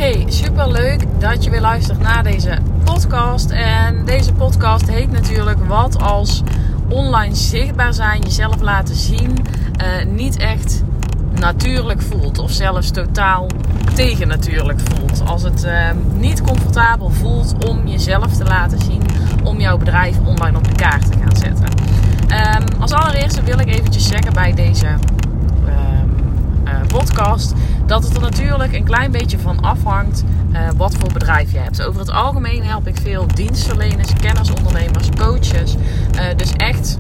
Hey, super leuk dat je weer luistert naar deze podcast. En deze podcast heet natuurlijk wat als online zichtbaar zijn, jezelf laten zien, niet echt natuurlijk voelt. Of zelfs totaal tegennatuurlijk voelt. Als het niet comfortabel voelt om jezelf te laten zien, om jouw bedrijf online op de kaart te gaan zetten. Als allereerste wil ik eventjes zeggen bij deze podcast dat het er natuurlijk een klein beetje van afhangt wat voor bedrijf je hebt. Over het algemeen help ik veel dienstverleners, kenners, ondernemers, coaches. Dus echt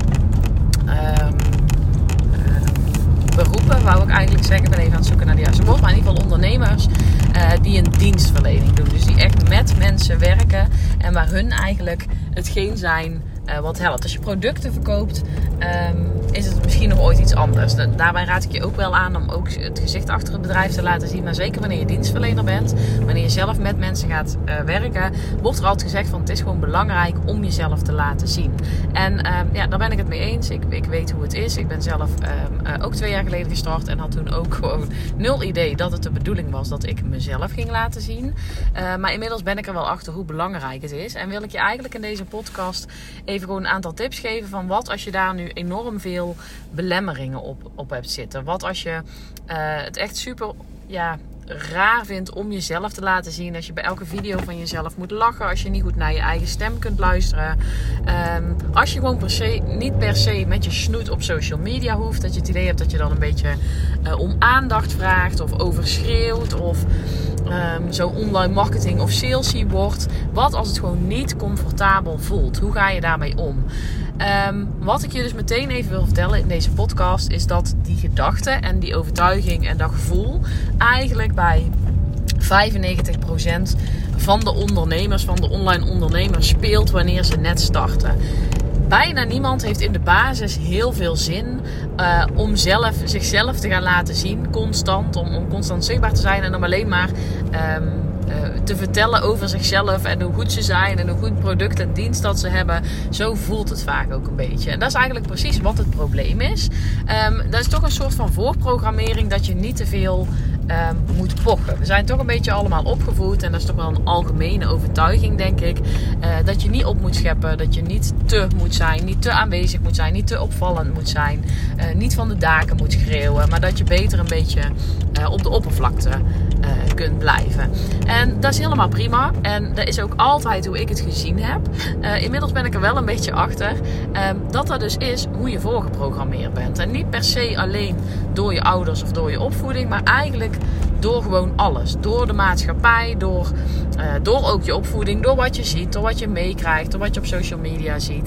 beroepen, wou ik eigenlijk zeggen. Ik ben even aan het zoeken naar de juiste woord. Maar in ieder geval ondernemers die een dienstverlening doen. Dus die echt met mensen werken en waar hun eigenlijk hetgeen zijn wat helpt. Als je producten verkoopt, is het misschien nog ooit iets anders. Daarbij raad ik je ook wel aan om ook het gezicht achter het bedrijf te laten zien. Maar zeker wanneer je dienstverlener bent, wanneer je zelf met mensen gaat werken, wordt er altijd gezegd van het is gewoon belangrijk om jezelf te laten zien. En daar ben ik het mee eens. Ik weet hoe het is. Ik ben zelf ook 2 jaar geleden gestart en had toen ook gewoon 0 idee dat het de bedoeling was dat ik mezelf ging laten zien. Maar inmiddels ben ik er wel achter hoe belangrijk het is. En wil ik je eigenlijk in deze podcast even gewoon een aantal tips geven van wat als je daar nu enorm veel belemmeringen op hebt zitten. Wat als je het echt super raar vindt om jezelf te laten zien. Als je bij elke video van jezelf moet lachen. Als je niet goed naar je eigen stem kunt luisteren. Als je gewoon niet per se met je snoet op social media hoeft. Dat je het idee hebt dat je dan een beetje om aandacht vraagt. Of overschreeuwt. Of zo online marketing of salesy wordt. Wat als het gewoon niet comfortabel voelt? Hoe ga je daarmee om? Wat ik je dus meteen even wil vertellen in deze podcast is dat die gedachte en die overtuiging en dat gevoel eigenlijk bij 95% van de ondernemers, van de online ondernemers speelt wanneer ze net starten. Bijna niemand heeft in de basis heel veel zin om zichzelf te gaan laten zien, constant, om constant zichtbaar te zijn en om alleen maar te vertellen over zichzelf en hoe goed ze zijn en hoe goed product en dienst dat ze hebben. Zo voelt het vaak ook een beetje. En dat is eigenlijk precies wat het probleem is. Dat is toch een soort van voorprogrammering dat je niet te veel moet pochen. We zijn toch een beetje allemaal opgevoed en dat is toch wel een algemene overtuiging, denk ik. Dat je niet op moet scheppen, dat je niet te moet zijn, niet te aanwezig moet zijn, niet te opvallend moet zijn, niet van de daken moet schreeuwen, maar dat je beter een beetje op de oppervlakte kunt blijven. En dat is helemaal prima. En dat is ook altijd hoe ik het gezien heb. Inmiddels ben ik er wel een beetje achter dat dus is hoe je voorgeprogrammeerd bent. En niet per se alleen door je ouders of door je opvoeding, maar eigenlijk door gewoon alles. Door de maatschappij, door ook je opvoeding, door wat je ziet, door wat je meekrijgt, door wat je op social media ziet.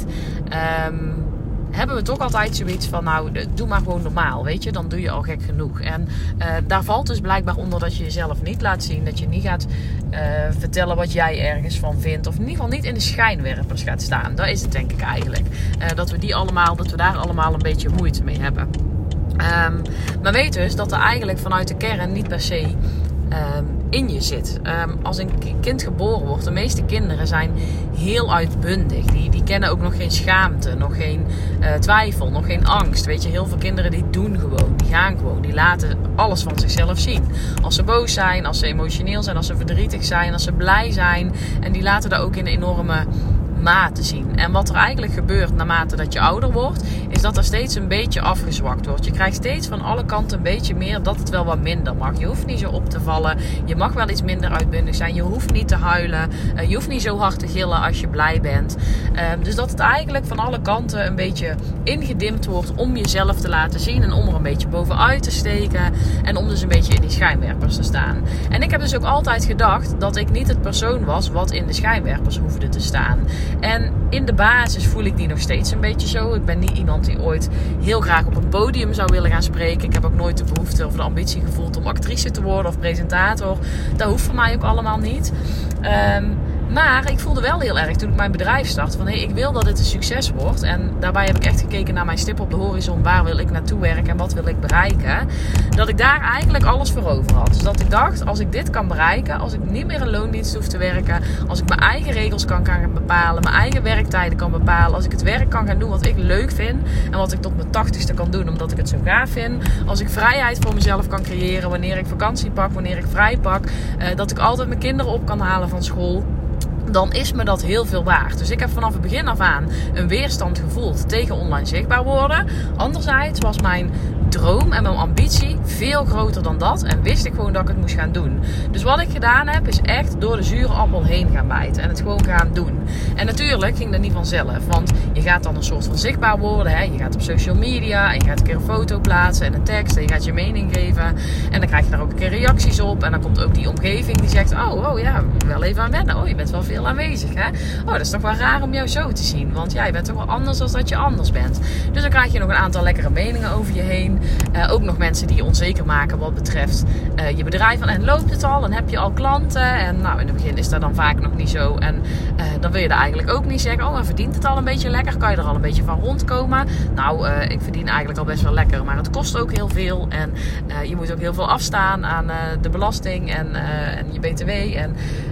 Hebben we toch altijd zoiets van, nou, doe maar gewoon normaal, weet je. Dan doe je al gek genoeg. En daar valt dus blijkbaar onder dat je jezelf niet laat zien. Dat je niet gaat vertellen wat jij ergens van vindt. Of in ieder geval niet in de schijnwerpers gaat staan. Dat is het denk ik eigenlijk. Dat we daar allemaal een beetje moeite mee hebben. Maar weet dus dat er eigenlijk vanuit de kern niet per se in je zit. Als een kind geboren wordt, de meeste kinderen zijn heel uitbundig. Die kennen ook nog geen schaamte, nog geen twijfel, nog geen angst. Weet je, heel veel kinderen die doen gewoon, die gaan gewoon, die laten alles van zichzelf zien. Als ze boos zijn, als ze emotioneel zijn, als ze verdrietig zijn, als ze blij zijn. En die laten dat ook in enorme mate zien. En wat er eigenlijk gebeurt naarmate dat je ouder wordt, is dat er steeds een beetje afgezwakt wordt. Je krijgt steeds van alle kanten een beetje meer dat het wel wat minder mag. Je hoeft niet zo op te vallen. Je mag wel iets minder uitbundig zijn. Je hoeft niet te huilen. Je hoeft niet zo hard te gillen als je blij bent. Dus dat het eigenlijk van alle kanten een beetje ingedimd wordt om jezelf te laten zien en om er een beetje bovenuit te steken en om dus een beetje in die schijnwerpers te staan. En ik heb dus ook altijd gedacht dat ik niet het persoon was wat in de schijnwerpers hoefde te staan. En in de basis voel ik die nog steeds een beetje zo. Ik ben niet iemand die ooit heel graag op een podium zou willen gaan spreken. Ik heb ook nooit de behoefte of de ambitie gevoeld om actrice te worden of presentator. Dat hoeft voor mij ook allemaal niet. Maar ik voelde wel heel erg toen ik mijn bedrijf startte van ik wil dat het een succes wordt. En daarbij heb ik echt gekeken naar mijn stip op de horizon. Waar wil ik naartoe werken en wat wil ik bereiken? Dat ik daar eigenlijk alles voor over had. Dus dat ik dacht, als ik dit kan bereiken, als ik niet meer in loondienst hoef te werken, als ik mijn eigen regels kan gaan bepalen, mijn eigen werktijden kan bepalen, als ik het werk kan gaan doen wat ik leuk vind en wat ik tot mijn 80ste kan doen omdat ik het zo gaaf vind, als ik vrijheid voor mezelf kan creëren wanneer ik vakantie pak, wanneer ik vrij pak, dat ik altijd mijn kinderen op kan halen van school, dan is me dat heel veel waard. Dus ik heb vanaf het begin af aan een weerstand gevoeld tegen online zichtbaar worden. Anderzijds was mijn droom en mijn ambitie veel groter dan dat. En wist ik gewoon dat ik het moest gaan doen. Dus wat ik gedaan heb, is echt door de zure appel heen gaan bijten. En het gewoon gaan doen. En natuurlijk ging dat niet vanzelf. Want je gaat dan een soort van zichtbaar worden. Hè? Je gaat op social media. En je gaat een keer een foto plaatsen en een tekst. En je gaat je mening geven. En dan krijg je daar ook een keer reacties op. En dan komt ook die omgeving die zegt, oh ja, wel even aan wennen. Oh, je bent wel veel aanwezig. Hè? Oh, dat is toch wel raar om jou zo te zien. Want ja, je bent toch wel anders dan dat je anders bent. Dus dan krijg je nog een aantal lekkere meningen over je heen. Ook nog mensen die je onzeker maken wat betreft je bedrijf. En loopt het al? En heb je al klanten? En nou, in het begin is dat dan vaak nog niet zo. En dan wil je er eigenlijk ook niet zeggen, oh, en verdient het al een beetje lekker? Kan je er al een beetje van rondkomen? Nou, ik verdien eigenlijk al best wel lekker. Maar het kost ook heel veel. En je moet ook heel veel afstaan aan de belasting en je BTW. En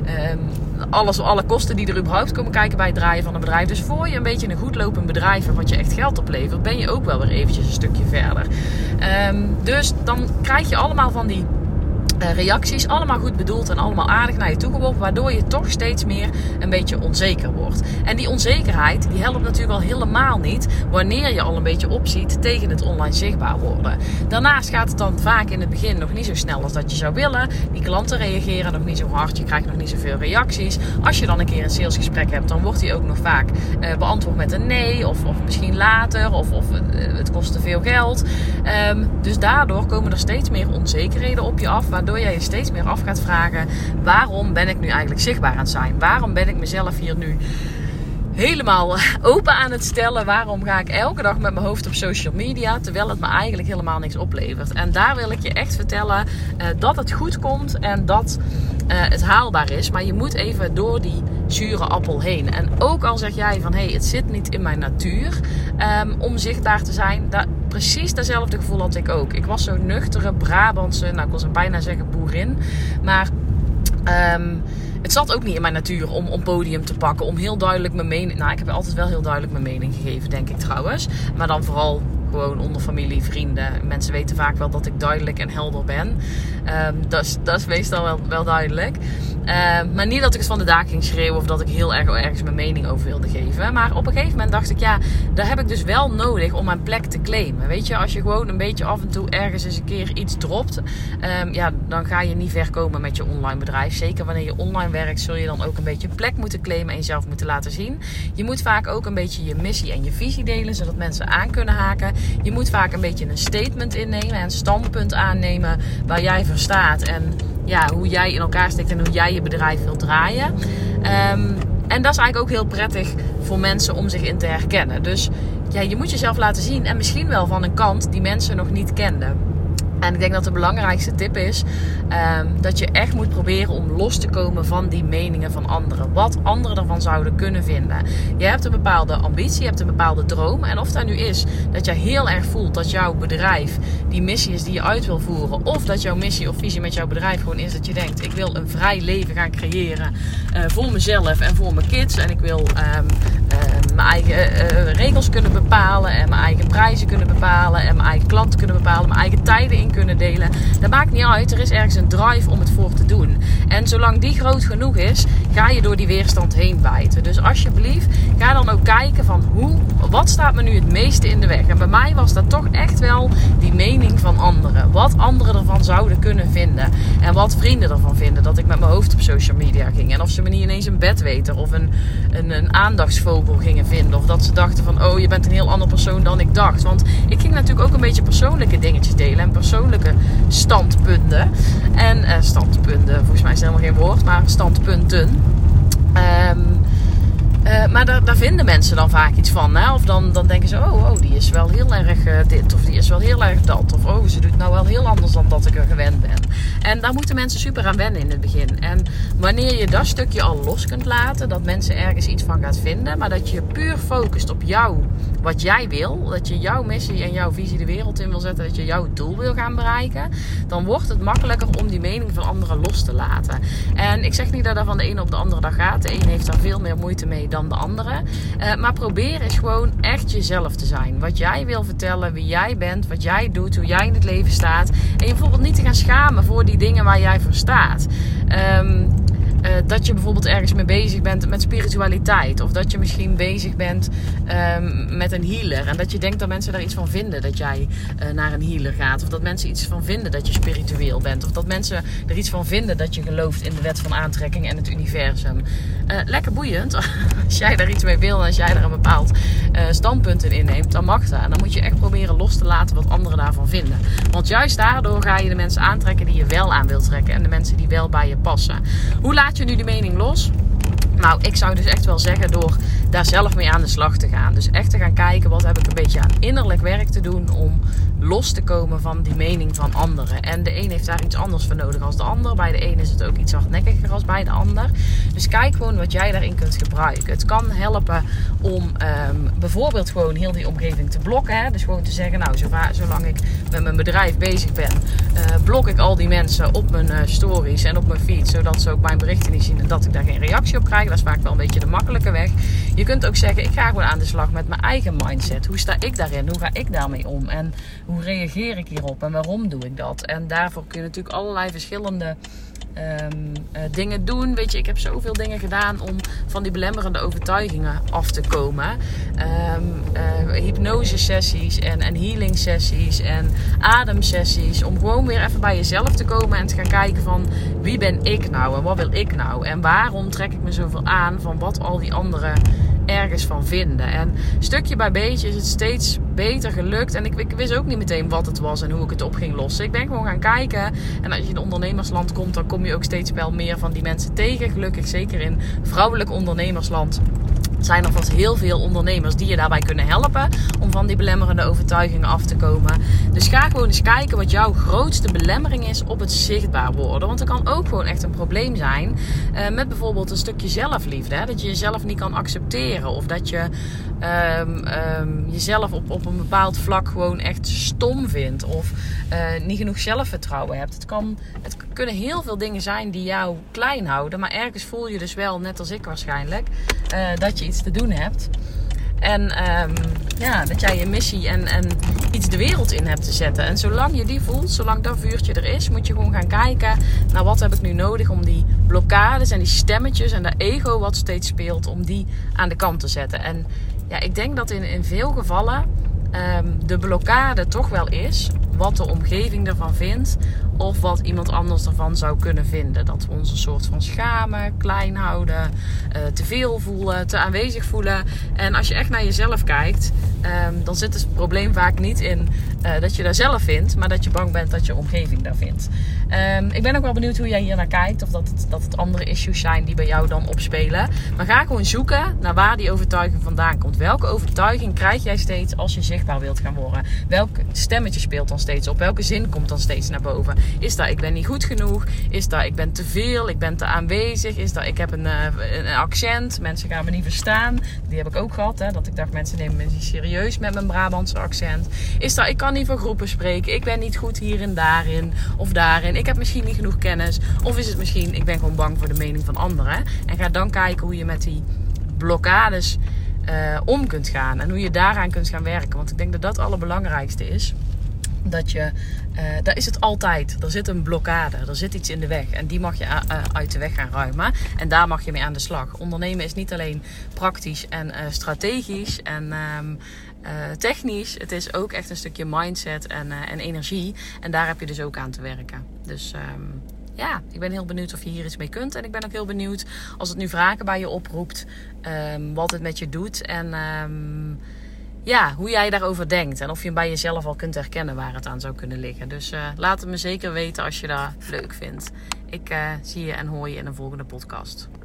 alle kosten die er überhaupt komen kijken bij het draaien van een bedrijf. Dus voor je een beetje een goed lopend bedrijf en wat je echt geld oplevert, ben je ook wel weer eventjes een stukje verder. Dus dan krijg je allemaal van die reacties, allemaal goed bedoeld en allemaal aardig naar je toe geworpen, waardoor je toch steeds meer een beetje onzeker wordt. En die onzekerheid, die helpt natuurlijk al helemaal niet wanneer je al een beetje opziet tegen het online zichtbaar worden. Daarnaast gaat het dan vaak in het begin nog niet zo snel als dat je zou willen. Die klanten reageren nog niet zo hard, je krijgt nog niet zoveel reacties. Als je dan een keer een salesgesprek hebt, dan wordt die ook nog vaak beantwoord met een nee, of misschien later, of het kost te veel geld. Dus daardoor komen er steeds meer onzekerheden op je af, waardoor jij je steeds meer af gaat vragen, waarom ben ik nu eigenlijk zichtbaar aan het zijn? Waarom ben ik mezelf hier nu helemaal open aan het stellen? Waarom ga ik elke dag met mijn hoofd op social media, terwijl het me eigenlijk helemaal niks oplevert? En daar wil ik je echt vertellen dat het goed komt en dat het haalbaar is. Maar je moet even door die zure appel heen. En ook al zeg jij van, het zit niet in mijn natuur om zichtbaar te zijn, precies datzelfde gevoel had ik ook. Ik was zo'n nuchtere Brabantse, ik wil ze bijna zeggen boerin. Maar het zat ook niet in mijn natuur om podium te pakken. Om heel duidelijk mijn mening... Nou, ik heb altijd wel heel duidelijk mijn mening gegeven, denk ik trouwens. Maar dan vooral gewoon onder familie, vrienden. Mensen weten vaak wel dat ik duidelijk en helder ben. Dat is meestal wel duidelijk. Maar niet dat ik het van de daken ging schreeuwen of dat ik heel erg ergens mijn mening over wilde geven. Maar op een gegeven moment dacht ik, daar heb ik dus wel nodig om mijn plek te claimen. Weet je, als je gewoon een beetje af en toe ergens eens een keer iets dropt, dan ga je niet ver komen met je online bedrijf. Zeker wanneer je online werkt, zul je dan ook een beetje plek moeten claimen en jezelf moeten laten zien. Je moet vaak ook een beetje je missie en je visie delen, zodat mensen aan kunnen haken. Je moet vaak een beetje een statement innemen, een standpunt aannemen waar jij voor staat en hoe jij in elkaar steekt en hoe jij je bedrijf wilt draaien. En dat is eigenlijk ook heel prettig voor mensen om zich in te herkennen. Dus je moet jezelf laten zien en misschien wel van een kant die mensen nog niet kenden. En ik denk dat de belangrijkste tip is dat je echt moet proberen om los te komen van die meningen van anderen. Wat anderen ervan zouden kunnen vinden. Je hebt een bepaalde ambitie, je hebt een bepaalde droom. En of dat nu is dat je heel erg voelt dat jouw bedrijf die missie is die je uit wil voeren. Of dat jouw missie of visie met jouw bedrijf gewoon is dat je denkt, ik wil een vrij leven gaan creëren voor mezelf en voor mijn kids. En ik wil mijn eigen regels kunnen bepalen en mijn eigen prijzen kunnen bepalen en mijn eigen klanten kunnen bepalen, mijn eigen tijden in kunnen delen. Dat maakt niet uit. Er is ergens een drive om het voor te doen. En zolang die groot genoeg is, ga je door die weerstand heen bijten. Dus alsjeblieft, ga dan ook kijken van wat staat me nu het meeste in de weg? En bij mij was dat toch echt wel die mening van anderen. Wat anderen ervan zouden kunnen vinden. En wat vrienden ervan vinden dat ik met mijn hoofd op social media ging. En of ze me niet ineens een bedweter of een aandachtsvogel gingen vinden. Of dat ze dachten van, je bent een heel ander persoon dan ik dacht. Want ik ging natuurlijk ook een beetje persoonlijke dingetjes delen. En persoonlijke standpunten. En standpunten, volgens mij is het helemaal geen woord, maar standpunten. Maar daar vinden mensen dan vaak iets van. Hè? Of dan denken ze, oh, die is wel heel erg dit. Of die is wel heel erg dat. Of oh, ze doet nou wel heel anders dan dat ik er gewend ben. En daar moeten mensen super aan wennen in het begin. En wanneer je dat stukje al los kunt laten, dat mensen ergens iets van gaat vinden, maar dat je puur focust op jou, wat jij wil, dat je jouw missie en jouw visie de wereld in wil zetten, dat je jouw doel wil gaan bereiken, dan wordt het makkelijker om die mening van anderen los te laten. En ik zeg niet dat dat van de ene op de andere dag gaat. De een heeft daar veel meer moeite mee dan de andere. Maar probeer eens gewoon echt jezelf te zijn. Wat jij wil vertellen, wie jij bent, wat jij doet, hoe jij in het leven staat. En je bijvoorbeeld niet te gaan schamen voor die dingen waar jij voor staat. Dat je bijvoorbeeld ergens mee bezig bent met spiritualiteit. Of dat je misschien bezig bent met een healer. En dat je denkt dat mensen daar iets van vinden dat jij naar een healer gaat. Of dat mensen iets van vinden dat je spiritueel bent. Of dat mensen er iets van vinden dat je gelooft in de wet van aantrekking en het universum. Lekker boeiend. Als jij daar iets mee wil en als jij daar een bepaald standpunt in inneemt, dan mag dat. En dan moet je echt proberen los te laten wat anderen daarvan vinden. Want juist daardoor ga je de mensen aantrekken die je wel aan wilt trekken. En de mensen die wel bij je passen. Hoe laat je nu die mening los? Nou, ik zou dus echt wel zeggen door daar zelf mee aan de slag te gaan. Dus echt te gaan kijken, wat heb ik een beetje aan innerlijk werk te doen om los te komen van die mening van anderen. En de een heeft daar iets anders voor nodig als de ander. Bij de een is het ook iets hardnekkiger als bij de ander. Dus kijk gewoon wat jij daarin kunt gebruiken. Het kan helpen om bijvoorbeeld gewoon heel die omgeving te blokken. Hè? Dus gewoon te zeggen, nou, zolang ik met mijn bedrijf bezig ben, blok ik al die mensen op mijn stories en op mijn feed, zodat ze ook mijn berichten niet zien en dat ik daar geen reactie op krijg. Dat is vaak wel een beetje de makkelijke weg. Je kunt ook zeggen, ik ga gewoon aan de slag met mijn eigen mindset. Hoe sta ik daarin? Hoe ga ik daarmee om? En hoe reageer ik hierop? En waarom doe ik dat? En daarvoor kun je natuurlijk allerlei verschillende dingen doen. Weet je, ik heb zoveel dingen gedaan om van die belemmerende overtuigingen af te komen. Hypnose sessies en healing sessies en ademsessies. Om gewoon weer even bij jezelf te komen en te gaan kijken van wie ben ik nou en wat wil ik nou? En waarom trek ik me zoveel aan van wat al die anderen ergens van vinden. En stukje bij beetje is het steeds beter gelukt. En ik wist ook niet meteen wat het was en hoe ik het op ging lossen. Ik ben gewoon gaan kijken. En als je in ondernemersland komt, dan kom je ook steeds wel meer van die mensen tegen. Gelukkig, zeker in vrouwelijk ondernemersland, zijn er vast heel veel ondernemers die je daarbij kunnen helpen om van die belemmerende overtuigingen af te komen. Dus ga gewoon eens kijken wat jouw grootste belemmering is op het zichtbaar worden. Want er kan ook gewoon echt een probleem zijn met bijvoorbeeld een stukje zelfliefde. Hè? Dat je jezelf niet kan accepteren of dat je jezelf op een bepaald vlak gewoon echt stom vindt of niet genoeg zelfvertrouwen hebt. Het kunnen heel veel dingen zijn die jou klein houden, maar ergens voel je dus wel, net als ik waarschijnlijk, dat je iets te doen hebt. En dat jij je missie en iets de wereld in hebt te zetten. En zolang je die voelt, zolang dat vuurtje er is, moet je gewoon gaan kijken naar wat heb ik nu nodig om die blokkades en die stemmetjes en dat ego wat steeds speelt, om die aan de kant te zetten. En ja, ik denk dat in veel gevallen de blokkade toch wel is wat de omgeving ervan vindt of wat iemand anders ervan zou kunnen vinden. Dat we ons een soort van schamen, klein houden, te veel voelen, te aanwezig voelen. En als je echt naar jezelf kijkt, dan zit het probleem vaak niet in dat je daar zelf vindt, maar dat je bang bent dat je omgeving daar vindt. Ik ben ook wel benieuwd hoe jij hier naar kijkt, of dat het andere issues zijn die bij jou dan opspelen. Maar ga gewoon zoeken naar waar die overtuiging vandaan komt. Welke overtuiging krijg jij steeds als je zichtbaar wilt gaan worden? Welk stemmetje speelt dan steeds op? Welke zin komt dan steeds naar boven? Is dat ik ben niet goed genoeg? Is dat ik ben te veel? Ik ben te aanwezig? Is dat ik heb een accent? Mensen gaan me niet verstaan. Die heb ik ook gehad. Hè? Dat ik dacht, mensen nemen me niet serieus met mijn Brabantse accent. Is dat ik kan niet voor groepen spreken? Ik ben niet goed hier en daarin of daarin. Ik heb misschien niet genoeg kennis. Of is het misschien, ik ben gewoon bang voor de mening van anderen. En ga dan kijken hoe je met die blokkades om kunt gaan. En hoe je daaraan kunt gaan werken. Want ik denk dat dat het allerbelangrijkste is. Dat je, daar is het altijd. Er zit een blokkade, er zit iets in de weg. En die mag je uit de weg gaan ruimen. En daar mag je mee aan de slag. Ondernemen is niet alleen praktisch en strategisch en technisch. Het is ook echt een stukje mindset en energie. En daar heb je dus ook aan te werken. Dus ik ben heel benieuwd of je hier iets mee kunt. En ik ben ook heel benieuwd als het nu vragen bij je oproept. Wat het met je doet. En hoe jij daarover denkt. En of je bij jezelf al kunt herkennen waar het aan zou kunnen liggen. Dus laat het me zeker weten als je dat leuk vindt. Ik zie je en hoor je in een volgende podcast.